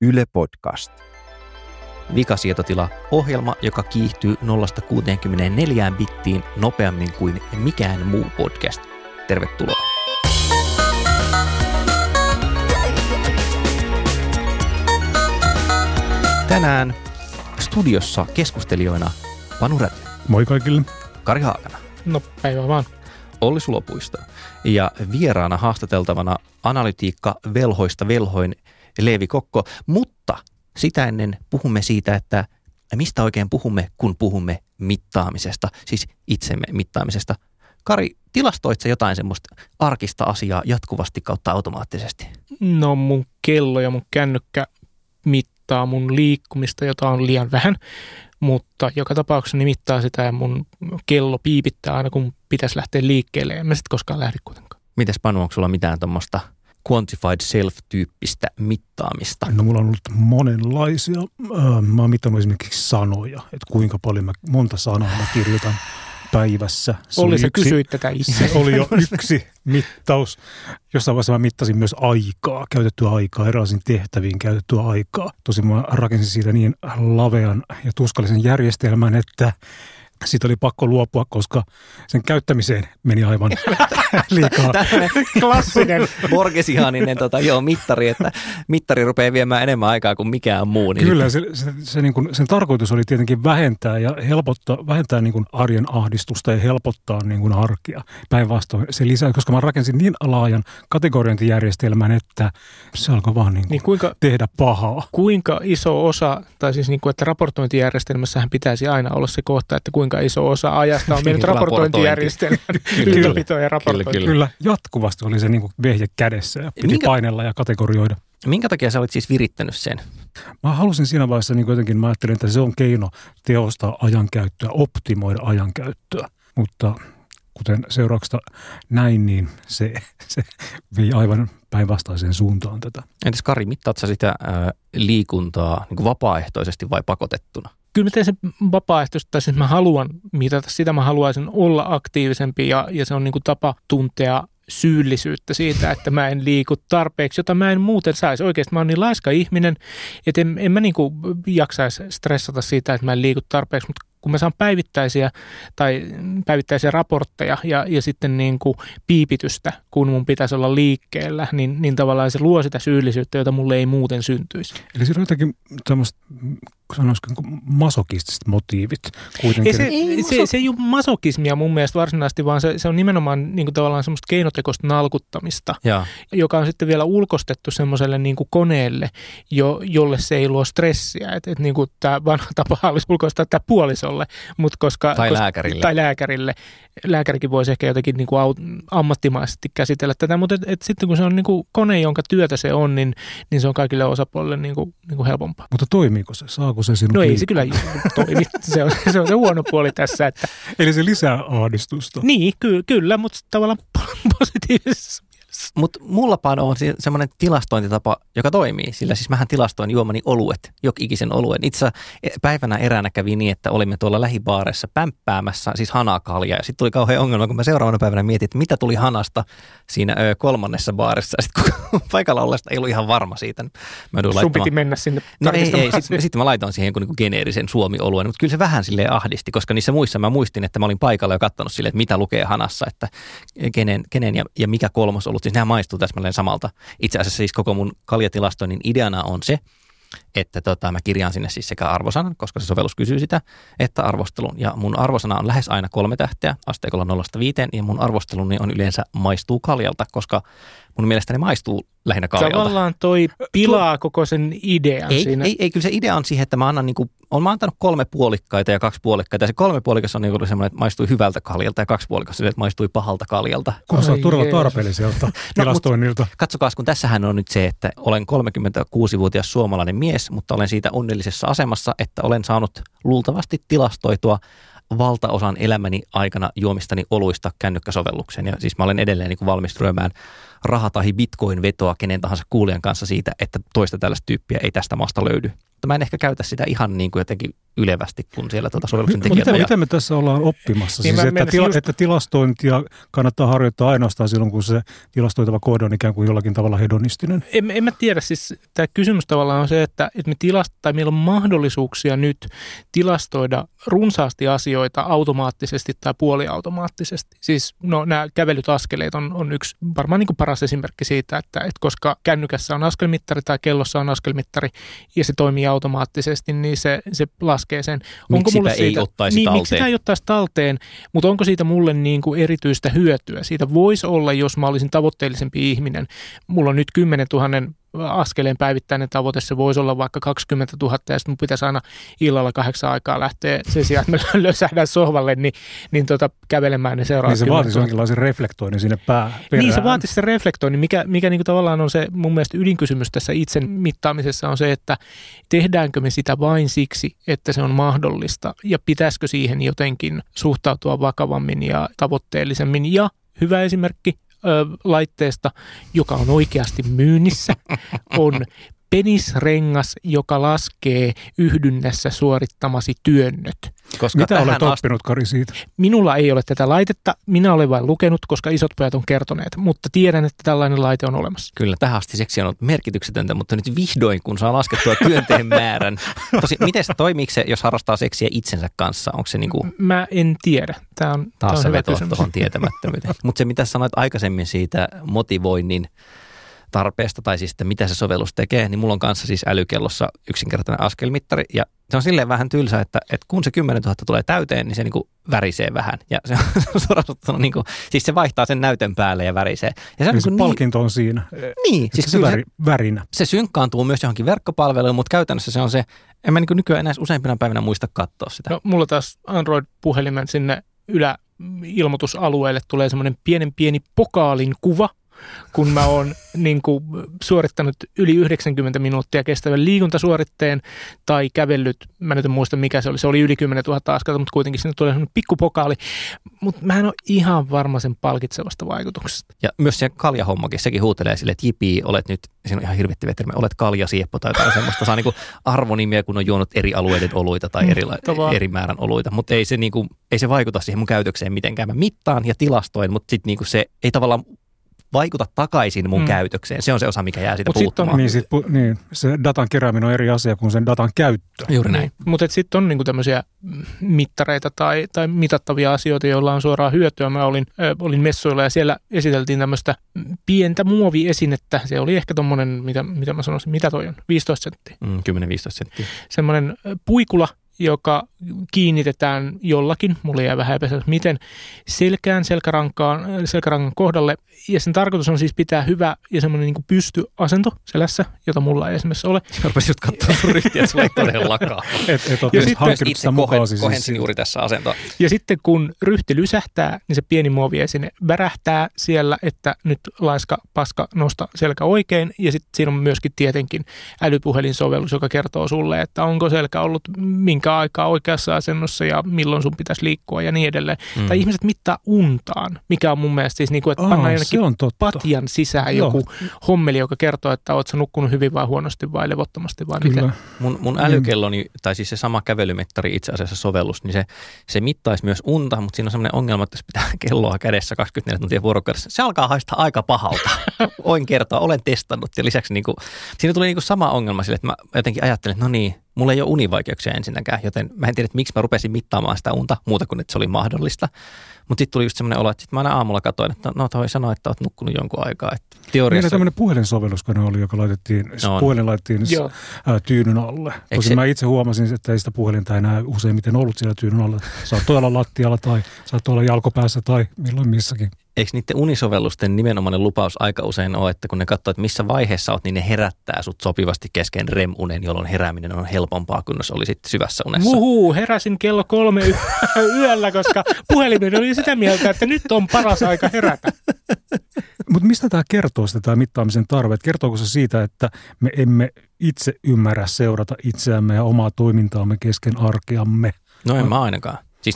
Yle Podcast. Vikasietotila, ohjelma, joka kiihtyy 0-64 bittiin nopeammin kuin mikään muu podcast. Tervetuloa. Tänään studiossa keskustelijoina Panu Räty. Moi kaikille. Kari Haakana. No päivä vaan. Olli Sulopuisto. Ja vieraana haastateltavana analytiikka velhoista velhoin Leevi Kokko. Mutta sitä ennen puhumme siitä, että mistä oikein puhumme, kun puhumme mittaamisesta, siis itsemme mittaamisesta. Kari, tilastoit sä jotain semmoista arkista asiaa jatkuvasti kautta automaattisesti? No mun kello ja mun kännykkä mittaa mun liikkumista, jota on liian vähän, mutta joka tapauksessa mittaa sitä ja mun kello piipittää aina, kun pitäisi lähteä liikkeelle. En mä sit koskaan lähde kuitenkaan. Mites Panu, onko sulla mitään tuommoista quantified self-tyyppistä mittaamista? No mulla on ollut monenlaisia. Mä oon mitannut esimerkiksi sanoja, että kuinka paljon monta sanaa mä kirjoitan päivässä. Sä kysyit tätä itse. Se oli jo yksi mittaus. Jossain vaiheessa mä mittasin myös aikaa, käytettyä aikaa, erilaisiin tehtäviin käytettyä aikaa. Tosin mä rakensin siitä niin lavean ja tuskallisen järjestelmän, että siitä oli pakko luopua, koska sen käyttämiseen meni aivan liikaa. Klassinen Borgesianinen mittari, että mittari rupeaa viemään enemmän aikaa kuin mikään muu. Niin kyllä, se niin kuin, sen tarkoitus oli tietenkin vähentää vähentää niin kuin arjen ahdistusta ja helpottaa niin kuin arkea. Päinvastoin se lisää, koska mä rakensin niin laajan kategoriointijärjestelmän, että se alkoi vaan niin kuin tehdä pahaa. Kuinka iso osa, tai siis niin kuin, että raportointijärjestelmässähän pitäisi aina olla se kohta, että kuinka iso osa ajasta on mennyt raportointijärjestelmän ylläpitoon ja raportointiin. Kyllä, jatkuvasti oli se niin kuin vehje kädessä ja piti painella ja kategorioida. Minkä takia sä olit siis virittänyt sen? Mä halusin siinä vaiheessa niin jotenkin, mä ajattelin, että se on keino tehostaa ajankäyttöä, optimoida ajankäyttöä, mutta kuten seurauksesta näin, niin se vei aivan päinvastaiseen suuntaan tätä. Entäs Kari, mittaat sä sitä liikuntaa niin kuin vapaaehtoisesti vai pakotettuna? Kyllä mä teen sen vapaaehtoisesti, tai siis mä haluan mitata sitä, mä haluaisin olla aktiivisempi ja se on niin kuin tapa tuntea syyllisyyttä siitä, että mä en liiku tarpeeksi, jota mä en muuten saisi. Oikeasti mä oon niin laiska ihminen, että en mä niin kuin jaksaisi stressata siitä, että mä en liiku tarpeeksi, mutta kun mä saan päivittäisiä raportteja ja sitten niin kuin piipitystä, kun mun pitäisi olla liikkeellä, niin tavallaan se luo sitä syyllisyyttä, jota mulle ei muuten syntyisi. Eli siinä on jotakin tämmöistä, sanoisiko masokistiset motiivit kuitenkin. Se ei ole masokismia mun mielestä varsinaisesti, vaan se on nimenomaan niin kuin tavallaan semmoista keinotekoista nalkuttamista, joka on sitten vielä ulkostettu semmoiselle niin kuin koneelle, jolle se ei luo stressiä. Että niin kuin tämä vanha tapa olisi ulkoistaa tämä puolisolle. Tai lääkärille. Lääkärikin voisi ehkä jotenkin niin kuin ammattimaisesti käsitellä tätä, mutta sitten kun se on niin kuin kone, jonka työtä se on, niin se on kaikille osapuolille niin kuin helpompaa. Mutta toimiiko se? Saako se sinut No ei se kyllä toimi. Se on se huono puoli tässä. Että eli se lisää ahdistusta. Niin, kyllä, mutta tavallaan positiivisessa mielessä. Mutta mulla Pano on semmoinen tilastointitapa, joka toimii, sillä siis mähän tilastoin juomani oluet, jokikisen oluen. Itse päivänä eräänä kävi niin, että olimme tuolla lähibaarissa pämppäämässä, siis hanakaljaa. Ja sitten tuli kauhean ongelma, kun mä seuraavana päivänä mietin, että mitä tuli hanasta siinä kolmannessa baarissa. Sitten kun paikalla ollesta ei ollut ihan varma siitä. Sun piti mennä sinne. No ei. Sitten mä laitoin siihen jonkun geneerisen Suomi-oluen, mutta kyllä se vähän silleen ahdisti, koska niissä muissa mä muistin, että mä olin paikalla ja katsonut silleen, että mitä lukee hanassa, että kenen ja mikä kolmas ollut. Siis nehän maistuu täsmälleen samalta. Itse asiassa siis koko mun kaljatilastoinnin ideana on se, että mä kirjaan sinne siis sekä arvosanan, koska se sovellus kysyy sitä, että arvostelun. Ja mun arvosana on lähes aina 3 tähteä asteikolla 0-5, ja mun arvosteluni on yleensä maistuu kaljalta, koska mun mielestä ne maistuu lähinnä kaljalta. Tavallaan toi pilaa koko sen idean siinä. Ei, kyllä se idea on siihen, että mä annan mä antanut 3 puolikkaita ja 2 puolikkaita. Ja se 3 puolikas on niin semmoinen, että maistui hyvältä kaljalta ja 2 puolikas että maistui pahalta kaljalta. Kuulostaa todella tarpeelliselta tilastoinnilta. Katsokaas, kun tässähän on nyt se, että olen 36-vuotias suomalainen mies, mutta olen siitä onnellisessa asemassa, että olen saanut luultavasti tilastoitua valtaosan elämäni aikana juomistani oluista kännykkäsovellukseen. Ja siis mä olen edelleen niin kuin valmis ryömään raha- tai bitcoin-vetoa kenen tahansa kuulijan kanssa siitä, että toista tällaista tyyppiä ei tästä maasta löydy. mutta mä en ehkä käytä sitä ihan niin kuin jotenkin ylevästi, kun siellä sovelluksen tekijät. Miten me tässä ollaan oppimassa? Niin siis, että tilastointia kannattaa harjoittaa ainoastaan silloin, kun se tilastoitava koodi on ikään kuin jollakin tavalla hedonistinen. En mä tiedä. Siis tämä kysymys tavallaan on se, että meillä on mahdollisuuksia nyt tilastoida runsaasti asioita automaattisesti tai puoliautomaattisesti. Siis nämä kävelyt askeleet on yksi varmaan niin kuin paras esimerkki siitä, että koska kännykässä on askelmittari tai kellossa on askelmittari ja se toimii automaattisesti, niin se laskee sen. Miksipä ei ottaisi talteen? Miksi ei ottaisi talteen, mutta onko siitä mulle niin kuin erityistä hyötyä? Siitä voisi olla, jos mä olisin tavoitteellisempi ihminen. Mulla on nyt 10 000 askeleen päivittäinen tavoite, se voisi olla vaikka 20 000 ja sitten mun pitäisi aina illalla 8 aikaa lähteä sen sijaan, että mä lösähdän sohvalle, niin kävelemään ne seuraavat. Niin se vaatisi jonkinlaisen reflektoinnin sinne perään. Niin se vaatisi se reflektoinnin, mikä niin kuin tavallaan on se mun mielestä ydinkysymys tässä itse mittaamisessa on se, että tehdäänkö me sitä vain siksi, että se on mahdollista ja pitäisikö siihen jotenkin suhtautua vakavammin ja tavoitteellisemmin ja hyvä esimerkki laitteesta, joka on oikeasti myynnissä, on penisrengas, joka laskee yhdynnässä suorittamasi työnnöt. Mitä olet oppinut, Kari, siitä? Minulla ei ole tätä laitetta, minä olen vain lukenut, koska isot pojat on kertoneet, mutta tiedän, että tällainen laite on olemassa. Kyllä, tähän asti seksi on ollut merkityksetöntä, mutta nyt vihdoin, kun saa laskettua työnteen määrän. Miten se toimiiko se, jos harrastaa seksiä itsensä kanssa? Onko se niinku... Mä en tiedä. Tämä on se hyvä veto kysymys. Tuohon tietämättömyyteen. Mutta se, mitä sanoit aikaisemmin siitä motivoinnin tarpeesta tai siis, että mitä se sovellus tekee, niin mulla on kanssa siis älykellossa yksinkertainen askelmittari ja se on silleen vähän tylsä, että kun se 10 000 tulee täyteen, niin se niinku värisee vähän ja se on suorastaan niinku, siis se vaihtaa sen näytön päälle ja värisee. Ja se palkinto on siinä. Niin. Siis se värinä. Se synkkaantuu myös johonkin verkkopalveluun, mutta käytännössä se on se, en mä niinku nykyään enää useimpina päivinä muista katsoa sitä. No mulla taas Android-puhelimen sinne yläilmoitusalueelle tulee semmoinen pieni pokaalin kuva, kun mä oon niin kuin suorittanut yli 90 minuuttia kestävän liikuntasuoritteen tai kävellyt, mä nyt en muista mikä se oli yli 10 000 askelta, mutta kuitenkin sinne tulee semmoinen pikkupokaali, mutta mä en ole ihan varma sen palkitsevasta vaikutuksesta. Ja myös se kaljahommakin, sekin huutelee sille, että jipii, olet nyt, siinä on ihan hirvittäviä termejä, olet kaljasieppo tai jotain semmoista, saa niinku arvonimiä, kun on juonut eri alueiden oluita tai eri määrän oluita, mutta ei se vaikuta siihen mun käytökseen mitenkään. Mä mittaan ja tilastoin, mutta sitten niinku se ei tavallaan vaikuta takaisin mun käytökseen. Se on se osa, mikä jää siitä puuttumaan. Niin, se datan kerääminen on eri asia kuin sen datan käyttö. Juuri näin. Mutta sitten on niinku tämmöisiä mittareita tai mitattavia asioita, joilla on suoraan hyötyä. Mä olin messuilla ja siellä esiteltiin tämmöistä pientä muoviesinettä. Se oli ehkä tommonen, mitä mä sanoisin, mitä toi on? 15 senttiä. 10-15 senttiä. Semmoinen puikula, joka kiinnitetään jollakin, mulla jää vähän epäselväksi, miten selkärangan kohdalle. Ja sen tarkoitus on siis pitää hyvä ja semmoinen niin kuin pystyasento selässä, jota mulla ei esimerkiksi ole. Mä rupesin just katsoa sun ryhtiä, että sulla ei todellakaan. Et ole hankkinut sitä mukaan siis. Kohensin juuri tässä asentoa. Ja sitten kun ryhti lysähtää, niin se pieni muoviesine värähtää siellä, että nyt laiska, paska, nosta selkä oikein. Ja sitten siinä on myöskin tietenkin älypuhelinsovellus, joka kertoo sulle, että onko selkä ollut minkä aikaa oikeassa asennossa ja milloin sun pitäisi liikkua ja niin edelleen. Tai ihmiset mittaa untaan, mikä on mun mielestä siis niin kuin, että pannaan jonnekin patjan sisään joku hommeli, joka kertoo, että oot sä nukkunut hyvin vai huonosti vai levottomasti vai miten. Mun älykelloni, tai siis se sama kävelymittari itse asiassa sovellus, niin se mittaisi myös unta, mutta siinä on sellainen ongelma, että jos pitää kelloa kädessä 24 tuntia vuorokaudessa, se alkaa haistaa aika pahalta. Voin kertoa, olen testannut ja lisäksi niin kuin, siinä tuli niin kuin sama ongelma sille, että mä jotenkin ajattelin, että no niin, mulla ei ole univaikeuksia ensinnäkään, joten mä en tiedä, että miksi mä rupesin mittaamaan sitä unta muuta kuin, että se oli mahdollista. Mutta sitten tuli just semmoinen olo, että sit mä aina aamulla katsoin, että no toi sanoi, että oot nukkunut jonkun aikaa. Että teoriassa... Meillä tämmöinen puhelinsovellus, kun oli, joka laitettiin, puhelin laitettiin tyynyn alle. Tosin mä itse huomasin, että ei sitä puhelinta enää useimmiten ollut siellä tyynyn alla. Saat olla lattialla tai saat olla jalkopäässä tai milloin missäkin. Eikö niiden unisovellusten nimenomainen lupaus aika usein ole, että kun ne katsoo, että missä vaiheessa olet, niin ne herättää sut sopivasti kesken REM-unen, jolloin herääminen on helpompaa, kun jos oli sitten syvässä unessa. Heräsin kello 3 yöllä, koska puhelimen oli sitä mieltä, että nyt on paras aika herätä. Mutta mistä tämä kertoo sitä tämä mittaamisen tarve? Kertooko se siitä, että me emme itse ymmärrä seurata itseämme ja omaa toimintaamme kesken arkeamme? No en mä ainakaan. Siis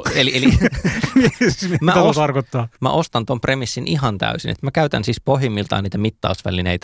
mitä tarkoittaa? Mä ostan ton premissin ihan täysin. Että mä käytän siis pohjimmiltaan niitä mittausvälineitä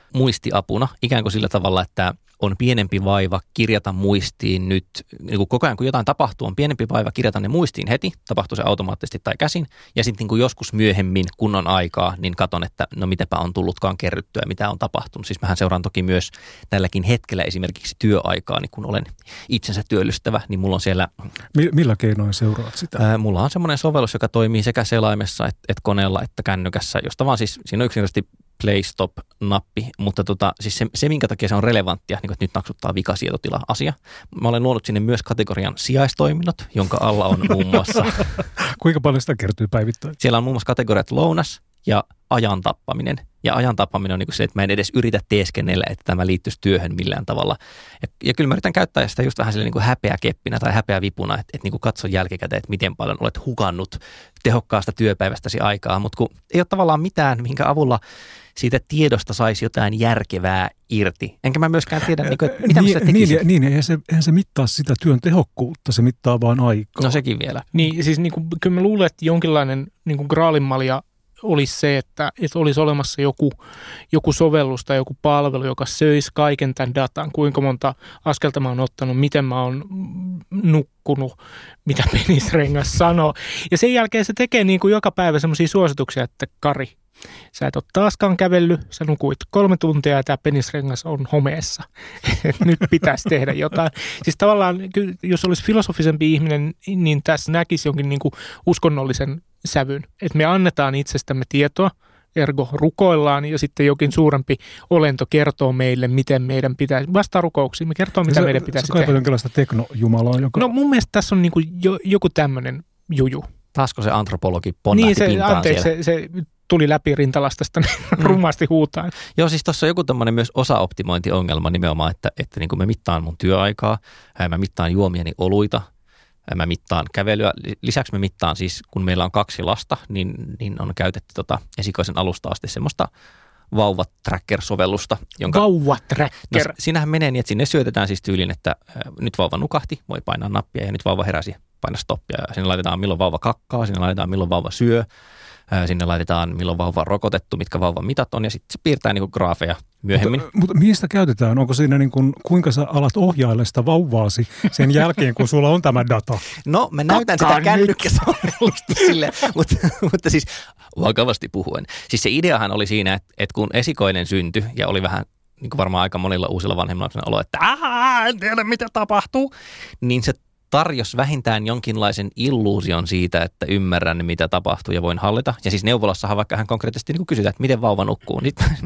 muistiapuna ikään kuin sillä tavalla, että on pienempi vaiva kirjata muistiin nyt, niin kuin koko ajan kun jotain tapahtuu, on pienempi vaiva kirjata ne muistiin heti, tapahtuu se automaattisesti tai käsin, ja sitten niin kuin joskus myöhemmin, kun on aikaa, niin katon, että no mitäpä on tullutkaan kerryttyä, mitä on tapahtunut. Siis mähän seuraan toki myös tälläkin hetkellä esimerkiksi työaikaa, niin kun olen itsensä työllistävä, niin mulla on siellä... Millä keinoin seuraat sitä? Mulla on semmoinen sovellus, joka toimii sekä selaimessa että koneella että kännykässä, josta vaan siis siinä on yksinkertaisesti play stop-nappi, mutta siis se, minkä takia se on relevanttia, niin että nyt naksuttaa vikasietotila-asia. Mä olen luonut sinne myös kategorian sijaistoiminnot, jonka alla on muun muassa... Kuinka paljon sitä kertyy päivittäin? Siellä on muun muassa kategoriat lounas ja ajan tappaminen. Ja ajan tappaminen on niin kuin se, että mä en edes yritä teeskennellä, että tämä liittyisi työhön millään tavalla. Ja kyllä mä yritän käyttää sitä just vähän silleen niin kuin häpeäkeppinä tai häpeävipuna, että niin kuin katso jälkikäteen, että miten paljon olet hukannut tehokkaasta työpäivästäsi aikaa. Mutta kun ei ole tavallaan mitään, minkä avulla siitä tiedosta saisi jotain järkevää irti. Enkä mä myöskään tiedä, niin kuin, että mitä mä sitä tekisin. Niin, eihän se mittaa sitä työn tehokkuutta, se mittaa vaan aikaa. No sekin vielä. Niin, siis niin kuin, kyllä mä luulen, että jonkinlainen niin kuin graalinmalja olisi se, että olisi olemassa joku sovellus tai joku palvelu, joka söisi kaiken tämän datan, kuinka monta askelta mä oon ottanut, miten mä oon nukkunut, mitä penisrengas sanoo. Ja sen jälkeen se tekee niin kuin joka päivä semmoisia suosituksia, että Kari, sä et ole taaskaan kävellyt, sä nukuit 3 tuntia ja tämä penisrengas on homeessa. Nyt pitäisi tehdä jotain. Siis tavallaan, jos olisi filosofisempi ihminen, niin tässä näkisi jonkin niin kuin uskonnollisen sävyn. Että me annetaan itsestämme tietoa, ergo rukoillaan ja sitten jokin suurempi olento kertoo meille, miten meidän pitäisi, vastaa rukouksiin, me kertoo, mitä meidän pitäisi tehdä. Sä kaipat jonkinlaista teknojumalaa, joka... No mun mielestä tässä on niin kuin joku tämmöinen juju. Taasko se antropologi ponnahti pintaan siellä? Se tuli läpi rintalastasta rumasti huutaan. Joo, siis tuossa on joku tämmöinen myös osaoptimointiongelma nimenomaan, että niin kuin mä mittaan mun työaikaa, mä mittaan juomieni oluita, mä mittaan kävelyä. Lisäksi mä mittaan siis, kun meillä on 2 lasta, niin on käytetty esikoisen alusta asti semmoista vauva-tracker-sovellusta. Vauva-tracker? No, siinähän menee niin, että sinne syötetään siis tyylin, että nyt vauva nukahti, voi painaa nappia ja nyt vauva heräsi, paina stoppia. Ja sinne laitetaan milloin vauva kakkaa, sinne laitetaan milloin vauva syö. Sinne laitetaan, milloin vauva on rokotettu, mitkä vauvan mitat on, ja sitten se piirtää niin kuin graafeja myöhemmin. Mutta mihin sitä käytetään? Onko siinä niin kuin, kuinka sä alat ohjailla sitä vauvaasi sen jälkeen, kun sulla on tämä data? No, mä näytän sitä kännykkäsovellusta sille, mutta siis vakavasti puhuen. Siis se ideahan oli siinä, että kun esikoinen syntyi, ja oli vähän niin kuin varmaan aika monilla uusilla vanhemmilla olo, että en tiedä mitä tapahtuu, niin se tarjosi vähintään jonkinlaisen illuusion siitä, että ymmärrän, mitä tapahtuu ja voin hallita. Ja siis neuvolassahan vaikka hän konkreettisesti niin kysytään, että miten vauva nukkuu.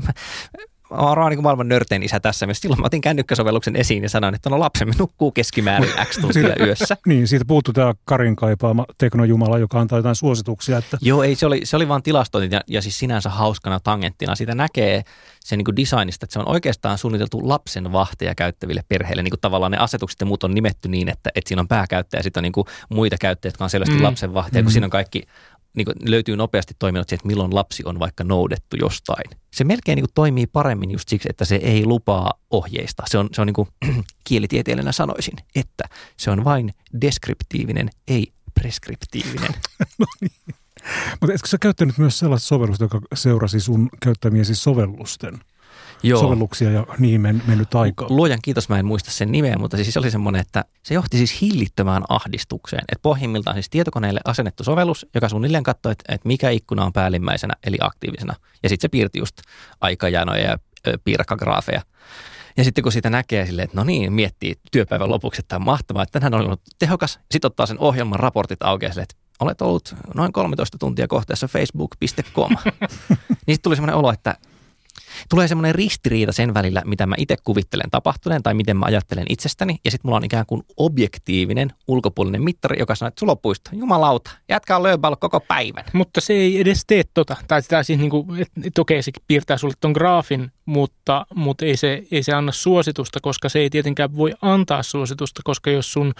Mä oon niin maailman nörtein isä tässä. Myös silloin mä otin kännykkäsovelluksen esiin ja sanoin, että no lapsemme nukkuu keskimäärin X tuntia yössä. Niin, siitä puuttui tämä Karin kaipaama teknojumala, joka antaa jotain suosituksia. Että... Joo, ei, se oli vaan tilastointi ja siis sinänsä hauskana tangenttina. Siitä näkee sen niin kuin designista, että se on oikeastaan suunniteltu lapsen vahteja käyttäville perheille. Niin kuin tavallaan ne asetukset ja muut on nimetty niin, että siinä on pääkäyttäjä ja sitten on niin kuin muita käyttäjiä, jotka on selvästi lapsen vahteja, kun siinä on kaikki... Niin löytyy nopeasti toiminnot siihen, että milloin lapsi on vaikka noudettu jostain. Se melkein niin toimii paremmin just siksi, että se ei lupaa ohjeista. Se on niin kuin kielitieteilijänä sanoisin, että se on vain deskriptiivinen, ei preskriptiivinen. No niin. Mutta etkö sä käyttänyt myös sellaista sovellusta, joka seurasi sun käyttämiesi sovellusten? Joo. Sovelluksia ja niihin mennyt aikaa. Luojan kiitos, mä en muista sen nimeä, mutta siis se oli semmoinen, että se johti siis hillittömään ahdistukseen. Että pohjimmiltaan siis tietokoneelle asennettu sovellus, joka suunnilleen katsoi, että mikä ikkuna on päällimmäisenä eli aktiivisena. Ja sitten se piirti just aikajanoja ja piirakkagraafeja. Ja sitten kun sitä näkee silleen, että no niin, miettii työpäivän lopuksi, että tämä on mahtavaa, että tänään on ollut tehokas. Sitten ottaa sen ohjelman raportit aukeaa silleen, että olet ollut noin 13 tuntia kohteessa facebook.com. Niin sitten tuli semmoinen olo, että tulee semmoinen ristiriita sen välillä, mitä mä itse kuvittelen tapahtuneen tai miten mä ajattelen itsestäni. Ja sitten mulla on ikään kuin objektiivinen ulkopuolinen mittari, joka sanoo, että sulla on puisto. Jumalauta, jätkä on löypäillyt koko päivän. Mutta se ei edes tee tota. Tai sitä siis niinku, että okei, se piirtää sulle ton graafin, mutta ei se anna suositusta, koska se ei tietenkään voi antaa suositusta, koska jos sun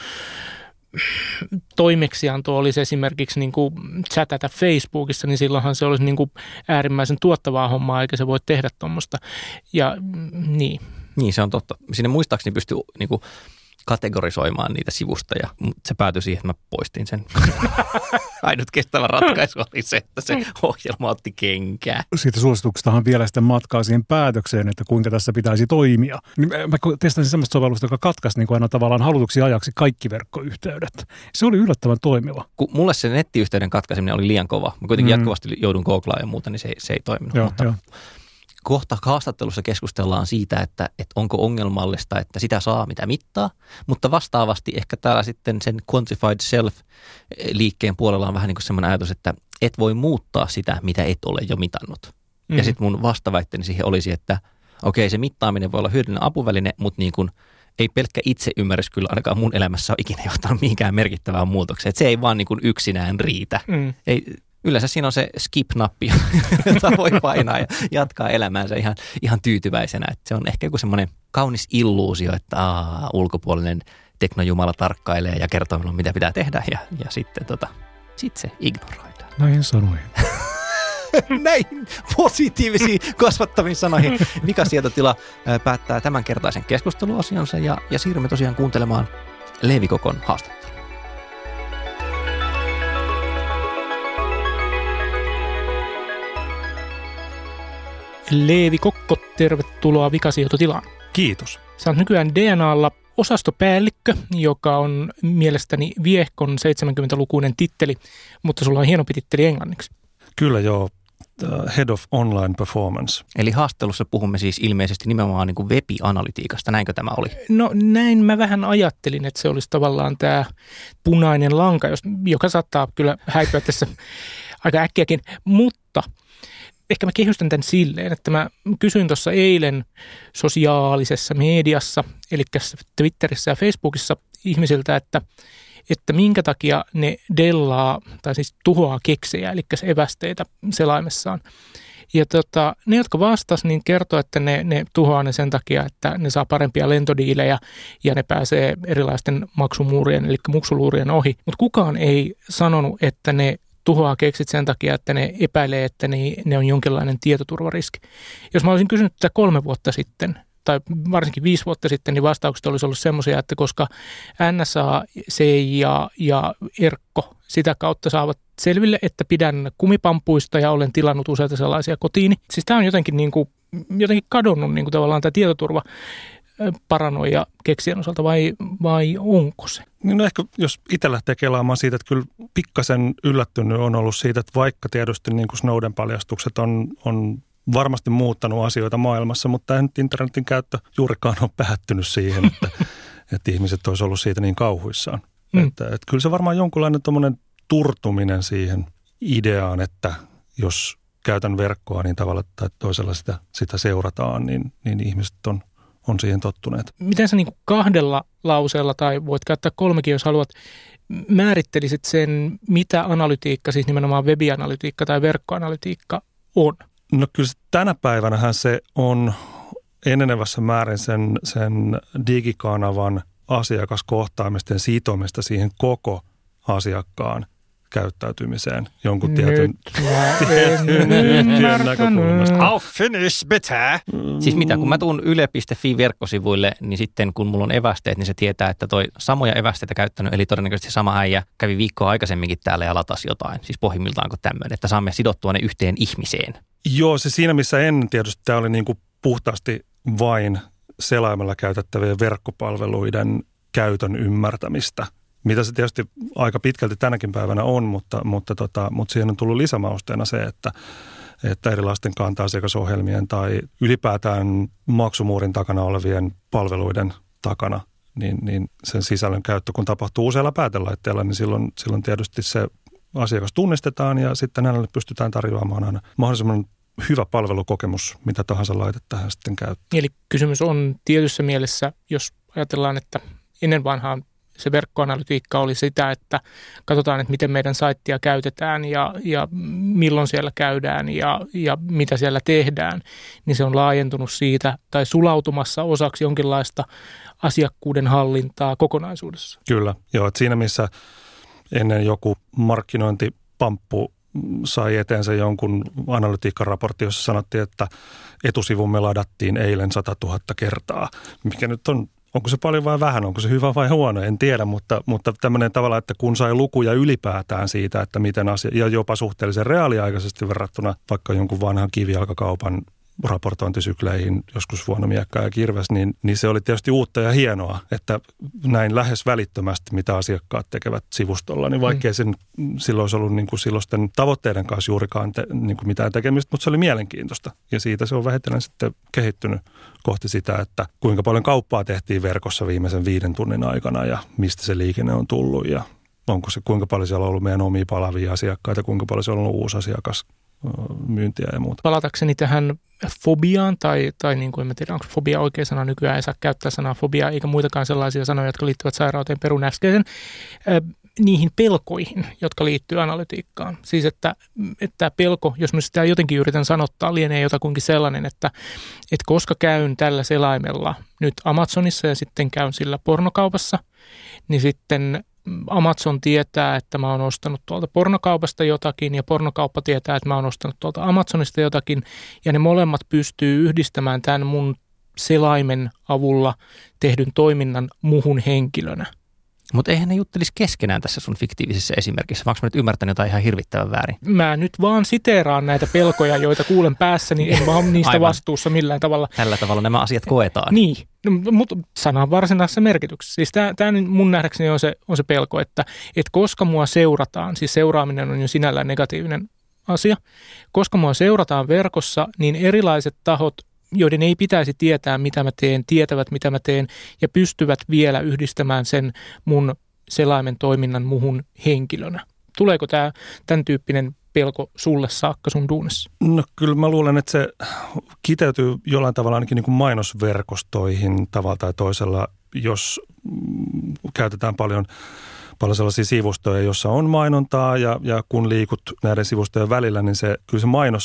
toimeksianto olisi esimerkiksi niin kuin chatata Facebookissa, niin silloinhan se olisi niin kuin äärimmäisen tuottavaa hommaa, eikä se voi tehdä tuommoista. Ja niin. Niin, se on totta. Sinne muistaakseni pystyy niin kuin kategorisoimaan niitä sivusta ja se päätyi siihen, että mä poistin sen. Ainut kestävä ratkaisu oli se, että se ohjelma otti kenkää. Siitä suosituksestahan vielä sitten matkaa siihen päätökseen, että kuinka tässä pitäisi toimia. Mä testasin semmoista sovellusta, joka katkaisi niin kuin aina tavallaan halutuksi ajaksi kaikki verkkoyhteydet. Se oli yllättävän toimiva. Kun mulle se nettiyhteyden katkaiseminen oli liian kova. Mä kuitenkin jatkuvasti joudun googlaamaan ja muuta, niin se ei toiminut. Joo, mutta kohta haastattelussa keskustellaan siitä, että onko ongelmallista, että sitä saa mitä mittaa, mutta vastaavasti ehkä täällä sitten sen Quantified Self-liikkeen puolella on vähän niin kuin semmoinen ajatus, että et voi muuttaa sitä, mitä et ole jo mitannut. Ja sitten mun vastaväitteeni siihen olisi, että okei, se mittaaminen voi olla hyödyllinen apuväline, mutta niin kuin ei pelkkä itseymmärrys kyllä ainakaan mun elämässä ole ikinä johtanut mihinkään merkittävään muutokseen. Että se ei vaan niin kuin yksinään riitä. Yleensä siinä on se skip-nappi, jota voi painaa ja jatkaa elämäänsä ihan tyytyväisenä. Että se on ehkä joku semmoinen kaunis illuusio, että ulkopuolinen teknojumala tarkkailee ja kertoo minulle, mitä pitää tehdä. Ja sitten sit se ignoroidaan. Näin sanoin. Näin positiivisiin kasvattaviin sanoihin Vikas tietotila päättää tämänkertaisen keskusteluosionsa ja siirrymme tosiaan kuuntelemaan Leevi Kokon haastattelua. Leevi Kokko, tervetuloa Vikasijoitotilaan. Kiitos. Sä oot nykyään DNAlla osastopäällikkö, joka on mielestäni viehkon 70-lukuinen titteli, mutta sulla on hienompi titteli englanniksi. Kyllä joo, Head of Online Performance. Eli haastattelussa puhumme siis ilmeisesti nimenomaan niin kuin web-analytiikasta, näinkö tämä oli? No näin mä vähän ajattelin, että se olisi tavallaan tämä punainen lanka, joka saattaa kyllä häipyä tässä aika äkkiäkin, mutta ehkä mä kehystän tämän silleen, että mä kysyin tuossa eilen sosiaalisessa mediassa, eli Twitterissä ja Facebookissa ihmisiltä, että minkä takia ne dellaa, tai siis tuhoaa keksejä, eli evästeitä selaimessaan. Ja ne, jotka vastas, niin kertoo, että ne tuhoaa ne sen takia, että ne saa parempia lentodiilejä ja ne pääsee erilaisten maksumuurien, eli muksuluurien ohi. Mutta kukaan ei sanonut, että ne tuhoaa keksit sen takia, että ne epäilee, että ne on jonkinlainen tietoturvariski. Jos mä olisin kysynyt tätä 3 vuotta sitten, tai varsinkin 5 vuotta sitten, niin vastaukset olisi ollut semmoisia, että koska NSA, CIA ja ERKKO sitä kautta saavat selville, että pidän kumipampuista ja olen tilannut useita sellaisia kotiini. Siis tämä on jotenkin kadonnut niin kuin tavallaan tämä tietoturva paranoja keksien osalta vai onko se? No ehkä jos itse lähtee kelaamaan siitä, että kyllä pikkasen yllättynyt on ollut siitä, että vaikka tietysti niin kuin Snowden paljastukset on varmasti muuttanut asioita maailmassa, mutta ei nyt internetin käyttö juurikaan ole päättynyt siihen, että ihmiset olisi ollut siitä niin kauhuissaan. Että kyllä se varmaan jonkunlainen tommoinen turtuminen siihen ideaan, että jos käytän verkkoa niin tavalla tai toisella sitä seurataan, niin ihmiset on siihen tottuneet. Miten sä niin kuin 2 lauseella tai voit käyttää 3, jos haluat, määrittelisit sen, mitä analytiikka, siis nimenomaan webianalytiikka tai verkkoanalytiikka on? No kyllä tänä päivänähän se on enenevässä määrin sen digikanavan asiakaskohtaamisten sitomista siihen koko asiakkaan käyttäytymiseen jonkun tietyn näkökulmasta. I'll finish better. Siis mitä, kun mä tuun yle.fi-verkkosivuille, niin sitten kun mulla on evästeet, niin se tietää, että toi samoja evästeitä käyttänyt, eli todennäköisesti sama äijä kävi viikkoa aikaisemminkin täällä ja latasi jotain. Siis pohjimmiltaanko tämmöinen, että saamme sidottua ne yhteen ihmiseen. Joo, se siinä missä ennen tietysti tämä oli niin kuin puhtaasti vain selaimella käytettävien verkkopalveluiden käytön ymmärtämistä. Mitä se tietysti aika pitkälti tänäkin päivänä on, mutta siihen on tullut lisämausteena se, että erilaisten kanta-asiakasohjelmien tai ylipäätään maksumuurin takana olevien palveluiden takana, niin sen sisällön käyttö, kun tapahtuu useilla päätelaitteilla, niin silloin tietysti se asiakas tunnistetaan ja sitten hänelle pystytään tarjoamaan aina mahdollisimman hyvä palvelukokemus, mitä tahansa laitetta hän sitten käyttää. Eli kysymys on tietyssä mielessä, jos ajatellaan, että ennen vanhaan se verkkoanalytiikka oli sitä, että katsotaan, että miten meidän saittia käytetään ja milloin siellä käydään ja mitä siellä tehdään, niin se on laajentunut siitä tai sulautumassa osaksi jonkinlaista asiakkuuden hallintaa kokonaisuudessa. Kyllä, joo, että siinä missä ennen joku markkinointipamppu sai eteensä jonkun analytiikkaraportti, jossa sanottiin, että etusivumme ladattiin eilen 100 000 kertaa, mikä nyt on Onko se paljon vai vähän, onko se hyvä vai huono, en tiedä, mutta tämmöinen tavalla, että kun sai lukuja ylipäätään siitä, että miten asia, ja jopa suhteellisen reaaliaikaisesti verrattuna vaikka jonkun vanhan kivijalkakaupan raportointisykleihin joskus vuonna Miekka ja Kirves, niin se oli tietysti uutta ja hienoa, että näin lähes välittömästi, mitä asiakkaat tekevät sivustolla, niin vaikkei sen silloin olisi ollut niin kuin silloisten tavoitteiden kanssa juurikaan niin kuin mitään tekemistä, mutta se oli mielenkiintoista. Ja siitä se on vähitellen sitten kehittynyt kohti sitä, että kuinka paljon kauppaa tehtiin verkossa viimeisen 5 tunnin aikana ja mistä se liikenne on tullut ja onko se, kuinka paljon siellä on ollut meidän omia palavia asiakkaita, kuinka paljon se on ollut uusi asiakas myyntiä ja muuta. Palatakseni tähän fobiaan, tai niin kuin en tiedä, onko fobia oikea sana nykyään, ei saa käyttää sanaa fobia, eikä muitakaan sellaisia sanoja, jotka liittyvät sairauteen perun äskeisen, niihin pelkoihin, jotka liittyy analytiikkaan. Siis, että pelko, jos mä sitä jotenkin yritän sanottaa, lienee jotakuinkin sellainen, että koska käyn tällä selaimella nyt Amazonissa ja sitten käyn sillä pornokaupassa, niin sitten Amazon tietää, että mä oon ostanut tuolta pornokaupasta jotakin ja pornokauppa tietää, että mä oon ostanut tuolta Amazonista jotakin ja ne molemmat pystyy yhdistämään tämän mun selaimen avulla tehdyn toiminnan muhun henkilönä. Mutta eihän ne juttelisi keskenään tässä sun fiktiivisessä esimerkissä, vaan onko mä nyt ymmärtänyt jotain ihan hirvittävän väärin? Mä nyt vaan siteeraan näitä pelkoja, joita kuulen päässä, niin en mä ole niistä vastuussa millään tavalla. Tällä tavalla nämä asiat koetaan. Niin, mutta sanan varsinaisessa merkityksessä. Siis tämä mun nähdäkseni on se pelko, että koska mua seurataan, siis seuraaminen on jo sinällään negatiivinen asia, koska mua seurataan verkossa, niin erilaiset tahot, joiden ei pitäisi tietää, mitä mä teen, tietävät, mitä mä teen ja pystyvät vielä yhdistämään sen mun selaimen toiminnan muhun henkilönä. Tuleeko tämän tyyppinen pelko sulle saakka sun duunissa? No kyllä mä luulen, että se kiteytyy jollain tavalla ainakin niin kuin mainosverkostoihin tavalla tai toisella, jos käytetään paljon sellaisia sivustoja, joissa on mainontaa ja kun liikut näiden sivustojen välillä, niin kyllä se mainos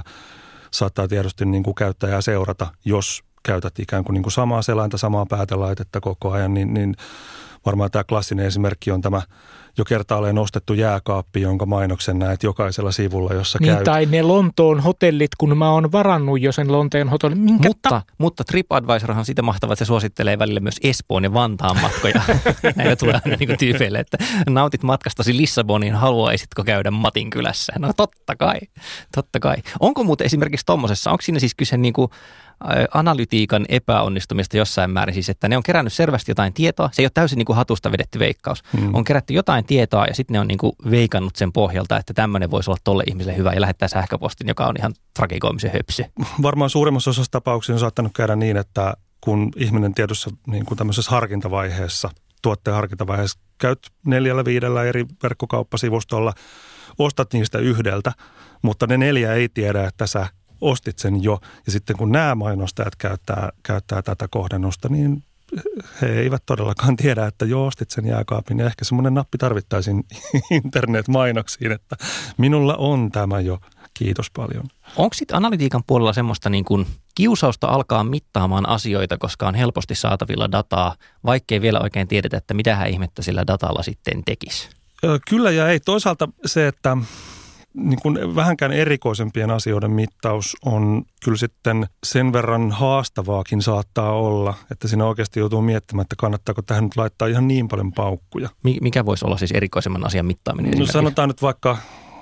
saattaa tietysti niin kuin käyttäjää seurata, jos käytät ikään kuin, samaa selainta, samaa päätelaitetta koko ajan, niin varmaan tämä klassinen esimerkki on tämä jo kertaalleen nostettu jääkaappi, jonka mainoksen näet jokaisella sivulla, jossa käyt. Tai ne Lontoon hotellit, kun mä oon varannut jo sen Lontoon hotellin. Mutta TripAdvisorhan siitä mahtavaa, että se suosittelee välillä myös Espoon ja Vantaan matkoja. Näitä tulee aina niin kuin tyypeille, että nautit matkastasi Lissaboniin, haluaisitko käydä Matin kylässä? No totta kai. Onko muuten esimerkiksi tommosessa, onko siinä siis kyse niin kuin analytiikan epäonnistumista jossain määrin, siis että ne on kerännyt selvästi jotain tietoa, se ei ole täysin niin kuin hatusta vedetty veikkaus. On kerätty jotain tietoa ja sitten ne on niin kuin veikannut sen pohjalta, että tämmöinen voisi olla tolle ihmiselle hyvä ja lähettää sähköpostin, joka on ihan tragikoimisen höpsy. Varmaan suurimmassa osassa tapauksia on saattanut käydä niin, että kun ihminen tiedossa niin kuin tämmöisessä harkintavaiheessa, tuotteen harkintavaiheessa käyt 4-5 eri verkkokauppasivustolla, ostat niistä yhdeltä, mutta ne 4 ei tiedä, että sä ostit sen jo. Ja sitten kun nämä mainostajat käyttää tätä kohdennusta, niin he eivät todellakaan tiedä, että jo ostit sen jääkaapin. Ja ehkä semmoinen nappi tarvittaisiin internet-mainoksiin, että minulla on tämä jo. Kiitos paljon. Onko sitten analytiikan puolella semmoista niin kuin kiusausta alkaa mittaamaan asioita, koska on helposti saatavilla dataa, vaikkei vielä oikein tiedetä, että mitähän ihmettä sillä datalla sitten tekisi? Kyllä ja ei. Toisaalta se, että niin kuin vähänkään erikoisempien asioiden mittaus on kyllä sitten sen verran haastavaakin saattaa olla, että siinä oikeasti joutuu miettimään, että kannattaako tähän nyt laittaa ihan niin paljon paukkuja. Mikä voisi olla siis erikoisemman asian mittaaminen? No sanotaan nyt vaikka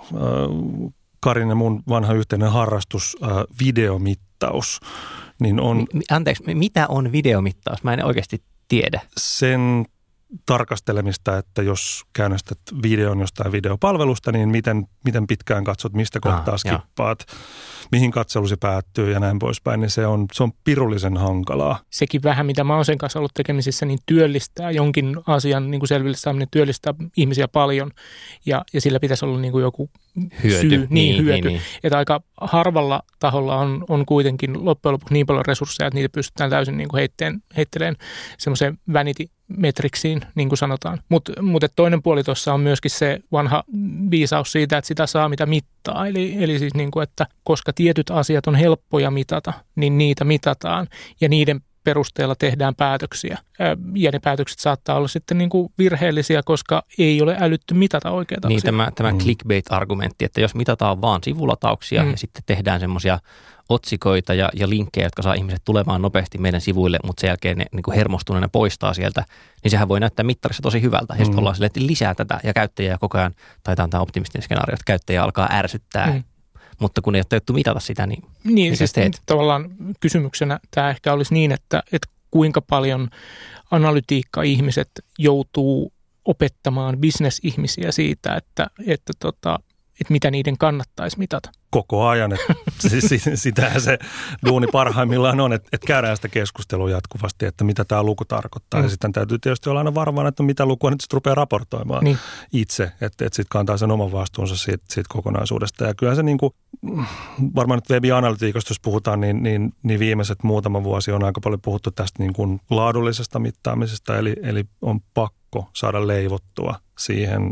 Karin ja mun vanha yhteinen harrastus, videomittaus. Niin on, Anteeksi, mitä on videomittaus? Mä en oikeasti tiedä. Sen tarkastelemista, että jos käynnistät videon jostain videopalvelusta, niin miten pitkään katsot, mistä kohtaa skippaat, mihin katselusi päättyy ja näin poispäin, niin se on pirullisen hankalaa. Sekin vähän, mitä mä oon sen kanssa ollut tekemisissä, niin työllistää jonkin asian niin kuin selville saaminen, työllistää ihmisiä paljon ja sillä pitäisi olla niin kuin joku hyöty. Syy, hyöty. Niin. Että aika harvalla taholla on kuitenkin loppujen lopuksi niin paljon resursseja, että niitä pystytään täysin niin kuin heitteleen semmoiseen vanity-metriksiin, niin kuin sanotaan. Mutta toinen puoli tuossa on myöskin se vanha viisaus siitä, että sitä saa mitä mittaa. Eli siis niin kuin, että koska tietyt asiat on helppoja mitata, niin niitä mitataan ja niiden perusteella tehdään päätöksiä. Ja ne päätökset saattaa olla sitten niin kuin virheellisiä, koska ei ole älytty mitata oikeita niin, asioita. Tämä clickbait-argumentti, että jos mitataan vaan sivulatauksia ja sitten tehdään semmoisia otsikoita ja linkkejä, jotka saa ihmiset tulemaan nopeasti meidän sivuille, mutta sen jälkeen ne niin kuin hermostuneena poistaa sieltä, niin sehän voi näyttää mittarissa tosi hyvältä. Ja sitten ollaan silleen, että lisää tätä ja käyttäjiä koko ajan, taitaa tämä optimistinen skenaario, että käyttäjiä alkaa ärsyttää. Mutta kun ei ole tajuttu mitata sitä, niin mitä siis teet? Tavallaan kysymyksenä tämä ehkä olisi niin, että kuinka paljon analytiikka-ihmiset joutuu opettamaan bisnesihmisiä siitä, että mitä niiden kannattaisi mitata. Koko ajan. Sitähän se duuni parhaimmillaan on, että käydään sitä keskustelua jatkuvasti, että mitä tämä luku tarkoittaa. Ja sitten täytyy tietysti olla aina varovainen, että mitä lukua nyt sitten rupeaa raportoimaan itse, että sitten kantaa sen oman vastuunsa siitä kokonaisuudesta. Ja kyllähän se niin kuin, varmaan nyt web-analytiikasta, jos puhutaan, niin viimeiset muutama vuosi on aika paljon puhuttu tästä niin kuin laadullisesta mittaamisesta, eli on pakko saada leivottua siihen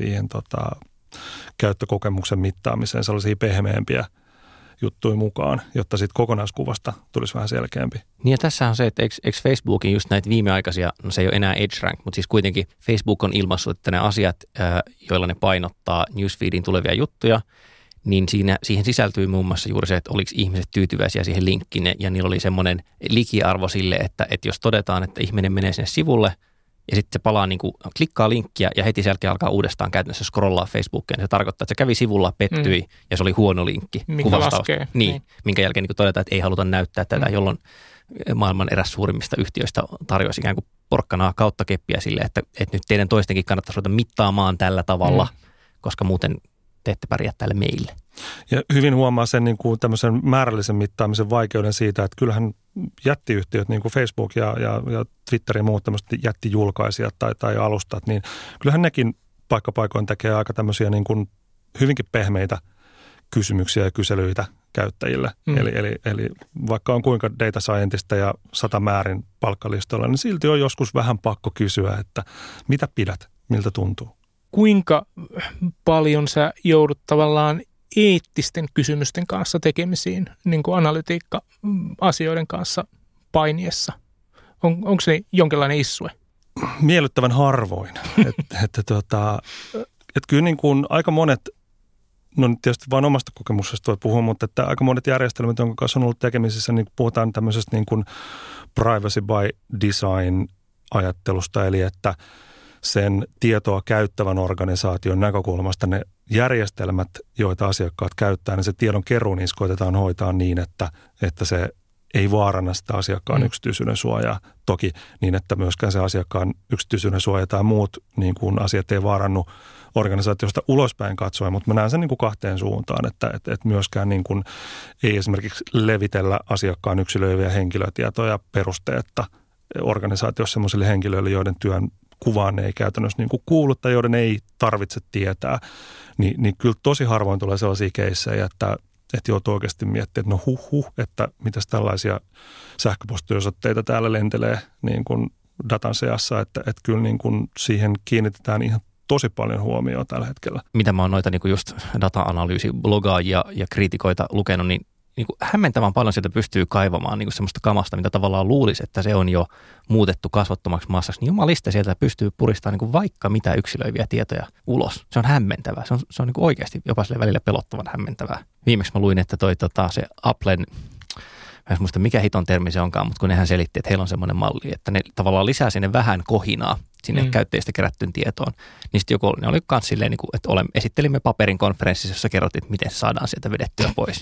käyttökokemuksen mittaamiseen sellaisia pehmeämpiä juttuja mukaan, jotta siitä kokonaiskuvasta tulisi vähän selkeämpi. Niin ja tässä on se, että eikö Facebookin just näitä viimeaikaisia, no se ei ole enää EdgeRank, mutta siis kuitenkin Facebook on ilmaissut, että ne asiat, joilla ne painottaa newsfeediin tulevia juttuja, niin siihen sisältyy muun muassa juuri se, että oliko ihmiset tyytyväisiä siihen linkkiin ja niillä oli semmoinen likiarvo sille, että jos todetaan, että ihminen menee sinne sivulle, ja sitten se palaa, niin kuin, klikkaa linkkiä ja heti sen jälkeen alkaa uudestaan käytännössä scrollaa Facebookiin. Se tarkoittaa, että se kävi sivulla, pettyi ja se oli huono linkki. Mikä laskee. Niin, minkä jälkeen niin todetaan, että ei haluta näyttää tätä, jolloin maailman eräs suurimmista yhtiöistä tarjoaisi ikään kuin porkkanaa kautta keppiä sille, että nyt teidän toistenkin kannattaisi ruveta mittaamaan tällä tavalla, koska muuten te ette pärjää tälle meille. Ja hyvin huomaa sen niin kuin tämmöisen määrällisen mittaamisen vaikeuden siitä, että kyllähän jättiyhtiöt, niin kuin Facebook ja Twitter ja muut tämmöiset jättijulkaisijat tai alustat, niin kyllähän nekin paikkapaikoin tekee aika tämmöisiä niin kuin hyvinkin pehmeitä kysymyksiä ja kyselyitä käyttäjille. Eli vaikka on kuinka data scientista ja 100 määrin palkkalistolla, niin silti on joskus vähän pakko kysyä, että mitä pidät, miltä tuntuu. Kuinka paljon sä joudut tavallaan eettisten kysymysten kanssa tekemisiin, niin kuin analytiikka-asioiden kanssa painiessa? Onko se jonkinlainen issue? Miellyttävän harvoin. Että kyllä niin kuin aika monet, no tietysti vain omasta kokemuksesta voi puhua, mutta että aika monet järjestelmät, jonka kanssa on ollut tekemisissä, niin puhutaan tämmöisestä niin kuin privacy by design ajattelusta, eli että sen tietoa käyttävän organisaation näkökulmasta ne järjestelmät, joita asiakkaat käyttää, niin se tiedon keruu niissä koitetaan hoitaa niin, että se ei vaaranna sitä asiakkaan yksityisyyden suojaa. Toki niin, että myöskään se asiakkaan yksityisyyden suoja tai muut niin kuin asiat ei vaarannu organisaatiosta ulospäin katsoen, mutta mä näen sen niin kuin kahteen suuntaan, että myöskään niin kuin ei esimerkiksi levitellä asiakkaan yksilöiviä henkilötietoja perusteetta organisaatiossa sellaisille henkilöille, joiden työn kuvaan ei käytännössä niin kuin kuulu tai joiden ei tarvitse tietää, niin kyllä tosi harvoin tulee sellaisia keissejä, että joutuu oikeasti miettimään, että että mitäs tällaisia sähköpostiosoitteita täällä lentelee niin kuin datan seassa, että kyllä niin kuin siihen kiinnitetään ihan tosi paljon huomioon tällä hetkellä. Mitä mä oon noita niin kuin just data-analyysi-blogaajia ja kriitikoita lukenut, niin kuin hämmentävän paljon sieltä pystyy kaivamaan niin kuin semmoista kamasta, mitä tavallaan luulisi, että se on jo muutettu kasvottomaksi massaksi. Niin jumaliste sieltä pystyy puristamaan niin kuin vaikka mitä yksilöiviä tietoja ulos. Se on hämmentävää. Se on niin kuin oikeasti jopa sille välillä pelottavan hämmentävää. Viimeksi mä luin, että se Applen, mä en muista mikä hiton termi se onkaan, mutta kun nehän selitti, että heillä on semmoinen malli, että ne tavallaan lisää sinne vähän kohinaa sinne käyttäjistä kerättyyn tietoon. Niin sitten ne oli myös silleen, että esittelimme paperin konferenssissa, jossa kerrottiin, että miten se saadaan sieltä vedettyä pois.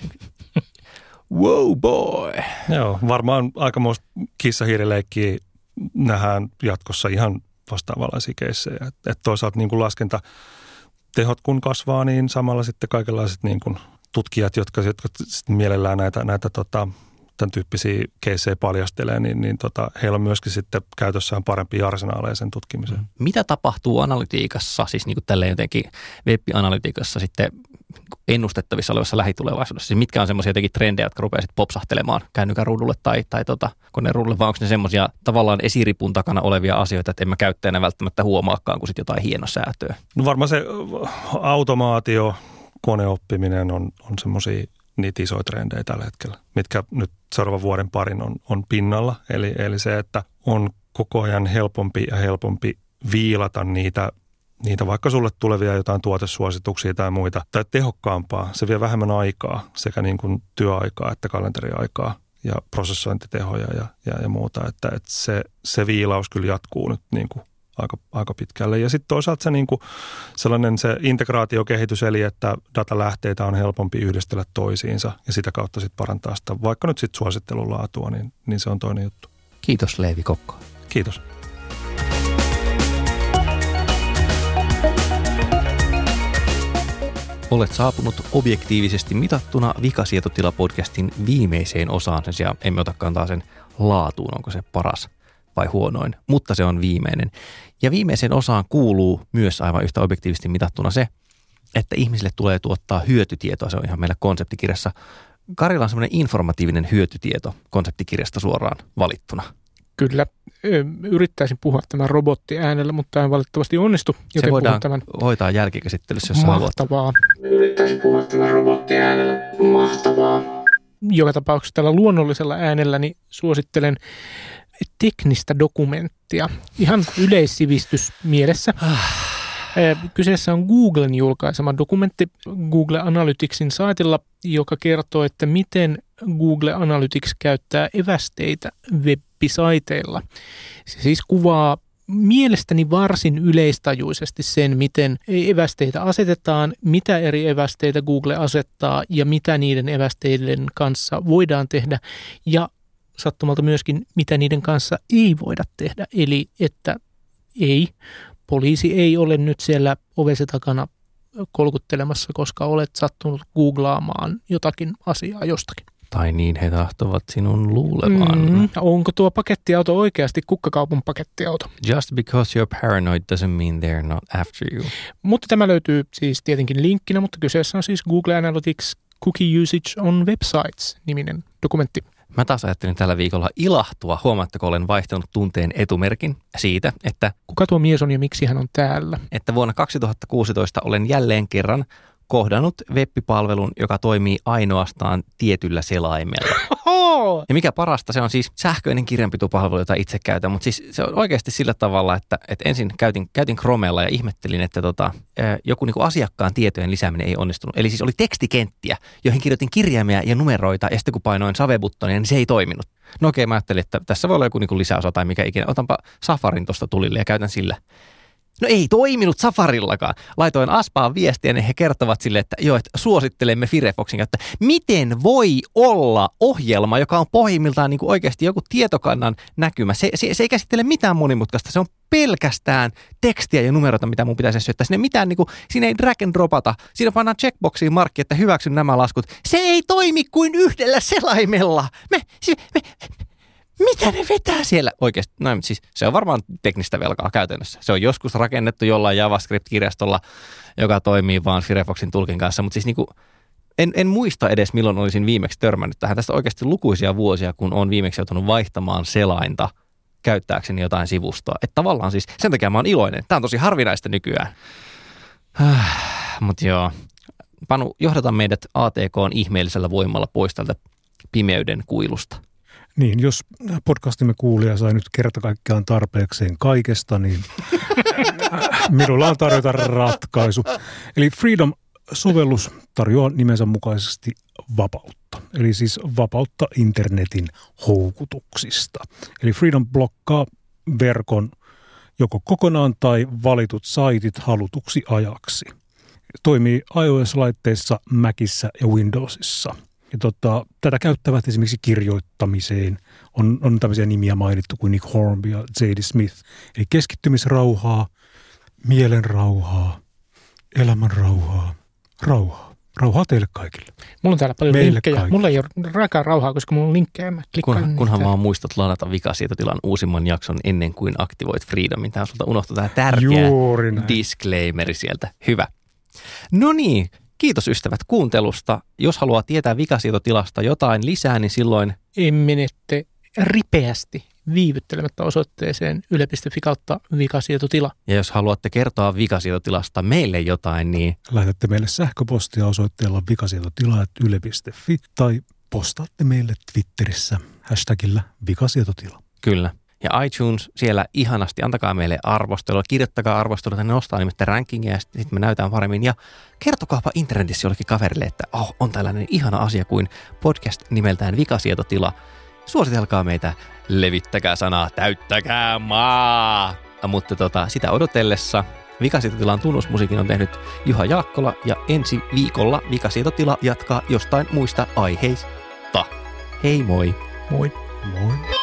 Wow boy! Joo, varmaan aikamoista kissahiirileikkiä nähdään jatkossa ihan vastaavanlaisia keissejä. Että toisaalta niin kuin laskentatehot kun kasvaa, niin samalla sitten kaikenlaiset niin kuin tutkijat, jotka sitten mielellään näitä tämän tyyppisiä keissejä paljastelee, niin heillä on myöskin sitten käytössään parempia arsenaaleja sen tutkimiseen. Mitä tapahtuu analytiikassa, siis niin kuin tälleen jotenkin web-analytiikassa sitten ennustettavissa olevassa lähitulevaisuudessa? Siis mitkä on semmoisia jotenkin trendejä, jotka rupeaa sitten popsahtelemaan kännykän ruudulle tai koneruudulle, vai onko ne semmoisia tavallaan esiripun takana olevia asioita, että en mä käyttäjänä välttämättä huomaakaan, kun sitten jotain hienosäätöä? No varmaan se automaatio, koneoppiminen on semmoisia niitä isoja trendejä tällä hetkellä, mitkä nyt seuraavan vuoden parin on pinnalla. Eli se, että on koko ajan helpompi ja helpompi viilata niitä vaikka sulle tulevia jotain tuotesuosituksia tai muita, tai tehokkaampaa. Se vie vähemmän aikaa, sekä niin kuin työaikaa että kalenteriaikaa ja prosessointitehoja ja muuta. Että se viilaus kyllä jatkuu nyt niin kuin aika pitkälle. Ja sitten toisaalta se, niin kuin sellainen se integraatiokehitys, eli että datalähteitä on helpompi yhdistellä toisiinsa ja sitä kautta sitten parantaa sitä, vaikka nyt sitten suosittelun laatua, niin se on toinen juttu. Kiitos Leevi Kokko. Kiitos. Olet saapunut objektiivisesti mitattuna Vikasietotila-podcastin viimeiseen osaan. Sen sijaan emme ota kantaa sen laatuun, onko se paras vai huonoin, mutta se on viimeinen. Ja viimeiseen osaan kuuluu myös aivan yhtä objektiivisesti mitattuna se, että ihmisille tulee tuottaa hyötytietoa. Se on ihan meillä konseptikirjassa. Karilla on semmoinen informatiivinen hyötytieto konseptikirjasta suoraan valittuna. Kyllä. Yrittäisin puhua tämän robottiäänellä, mutta en valitettavasti onnistu. Se voidaan hoitaa jälkikäsittelyssä, jos mahtavaa. Yrittäisin puhua tämän robottiäänellä. Mahtavaa. Joka tapauksessa tällä luonnollisella äänelläni suosittelen teknistä dokumenttia. Ihan yleissivistys mielessä. Kyseessä on Googlen julkaisema dokumentti Google Analyticsin saitilla, joka kertoo, että miten Google Analytics käyttää evästeitä web-saiteilla. Se siis kuvaa mielestäni varsin yleistajuisesti sen, miten evästeitä asetetaan, mitä eri evästeitä Google asettaa ja mitä niiden evästeiden kanssa voidaan tehdä ja sattumalta myöskin, mitä niiden kanssa ei voida tehdä. Eli että poliisi ei ole nyt siellä ovesi takana kolkuttelemassa, koska olet sattunut googlaamaan jotakin asiaa jostakin. Tai niin he tahtovat sinun luulemaan. Onko tuo pakettiauto oikeasti kukkakaupun pakettiauto? Just because you're paranoid doesn't mean they're not after you. Mutta tämä löytyy siis tietenkin linkkinä, mutta kyseessä on siis Google Analytics Cookie Usage on Websites -niminen dokumentti. Mä taas ajattelin tällä viikolla ilahtua. Huomaatteko, olen vaihtanut tunteen etumerkin siitä, että kuka tuo mies on ja miksi hän on täällä? Että vuonna 2016 olen jälleen kerran kohdannut web-palvelun, joka toimii ainoastaan tietyllä selaimella. Ja mikä parasta, se on siis sähköinen kirjanpitopalvelu, jota itse käytän, mutta siis se on oikeasti sillä tavalla, että ensin käytin Chromella ja ihmettelin, että joku niin kuin asiakkaan tietojen lisääminen ei onnistunut. Eli siis oli tekstikenttiä, joihin kirjoitin kirjaimia ja numeroita ja sitten kun painoin save-buttonia, niin se ei toiminut. No okei, mä ajattelin, että tässä voi olla joku niin kuin lisäosa tai mikä ikinä. Otanpa Safarin tuosta tulille ja käytän sillä. No ei toiminut Safarillakaan. Laitoin Aspaan viestiä ja he kertovat sille, että joo, että suosittelemme Firefoxin käyttöä. Miten voi olla ohjelma, joka on pohjimmiltaan niin kuin oikeasti joku tietokannan näkymä? Se ei käsittele mitään monimutkaista. Se on pelkästään tekstiä ja numeroita, mitä mun pitäisi syöttää. Siinä ei drag and dropata. Siinä pannaan checkboxiin markki, että hyväksyn nämä laskut. Se ei toimi kuin yhdellä selaimella. Mitä ne vetää siellä? Oikeasti, no siis se on varmaan teknistä velkaa käytännössä. Se on joskus rakennettu jollain JavaScript-kirjastolla, joka toimii vaan Firefoxin tulkin kanssa, mutta siis niinku, en muista edes milloin olisin viimeksi törmännyt tähän. Tästä oikeasti lukuisia vuosia, kun olen viimeksi joutunut vaihtamaan selainta käyttääkseni jotain sivustoa. Että tavallaan siis, sen takia mä oon iloinen. Tämä on tosi harvinaista nykyään. Mutta joo, Panu, johdata meidät ATK:n ihmeellisellä voimalla pois tältä pimeyden kuilusta. Niin, jos podcastimme kuulija sai nyt kerta kaikkiaan tarpeekseen kaikesta, niin minulla on tarjota ratkaisu. Eli Freedom-sovellus tarjoaa nimensä mukaisesti vapautta. Eli siis vapautta internetin houkutuksista. Eli Freedom blokkaa verkon joko kokonaan tai valitut saitit halutuksi ajaksi. Toimii iOS-laitteissa, Macissa ja Windowsissa. Ja tätä käyttävät esimerkiksi kirjoittamiseen. On tämmöisiä nimiä mainittu kuin Nick Hornby ja J.D. Smith. Eli keskittymisrauhaa, mielenrauhaa, elämänrauhaa, rauhaa. Rauhaa teille kaikille. Mulla on täällä paljon linkkejä. Kaikille. Mulla ei ole raakaa rauhaa, koska mulla on linkkejä. Kunhan vaan muistat ladata Vikasietotilan uusimman jakson ennen kuin aktivoit Freedomin. Tämä sulta unohtui tämä tärkeä disclaimeri sieltä. Hyvä. No niin. Kiitos ystävät kuuntelusta. Jos haluaa tietää Vikasietotilasta jotain lisää, niin silloin menette ripeästi viivyttelemättä osoitteeseen yle.fi/vikasietotila. Ja jos haluatte kertoa vikasietotilasta meille jotain, niin lähetätte meille sähköpostia osoitteella vikasietotila@yle.fi tai postaatte meille Twitterissä hashtagillä vikasietotila. Kyllä. Ja iTunes siellä ihanasti, antakaa meille arvostelua, kirjoittakaa arvostelua, ne nostaa nimittäin rankingia ja sitten me näytään paremmin. Ja kertokaapa internetissä jollekin kaverille, että on tällainen ihana asia kuin podcast nimeltään Vikasietotila. Suositelkaa meitä, levittäkää sanaa, täyttäkää maa. Mutta sitä odotellessa Vikasietotilan tunnusmusiikin on tehnyt Juha Jaakkola ja ensi viikolla Vikasietotila jatkaa jostain muista aiheista. Hei moi! Moi! Moi!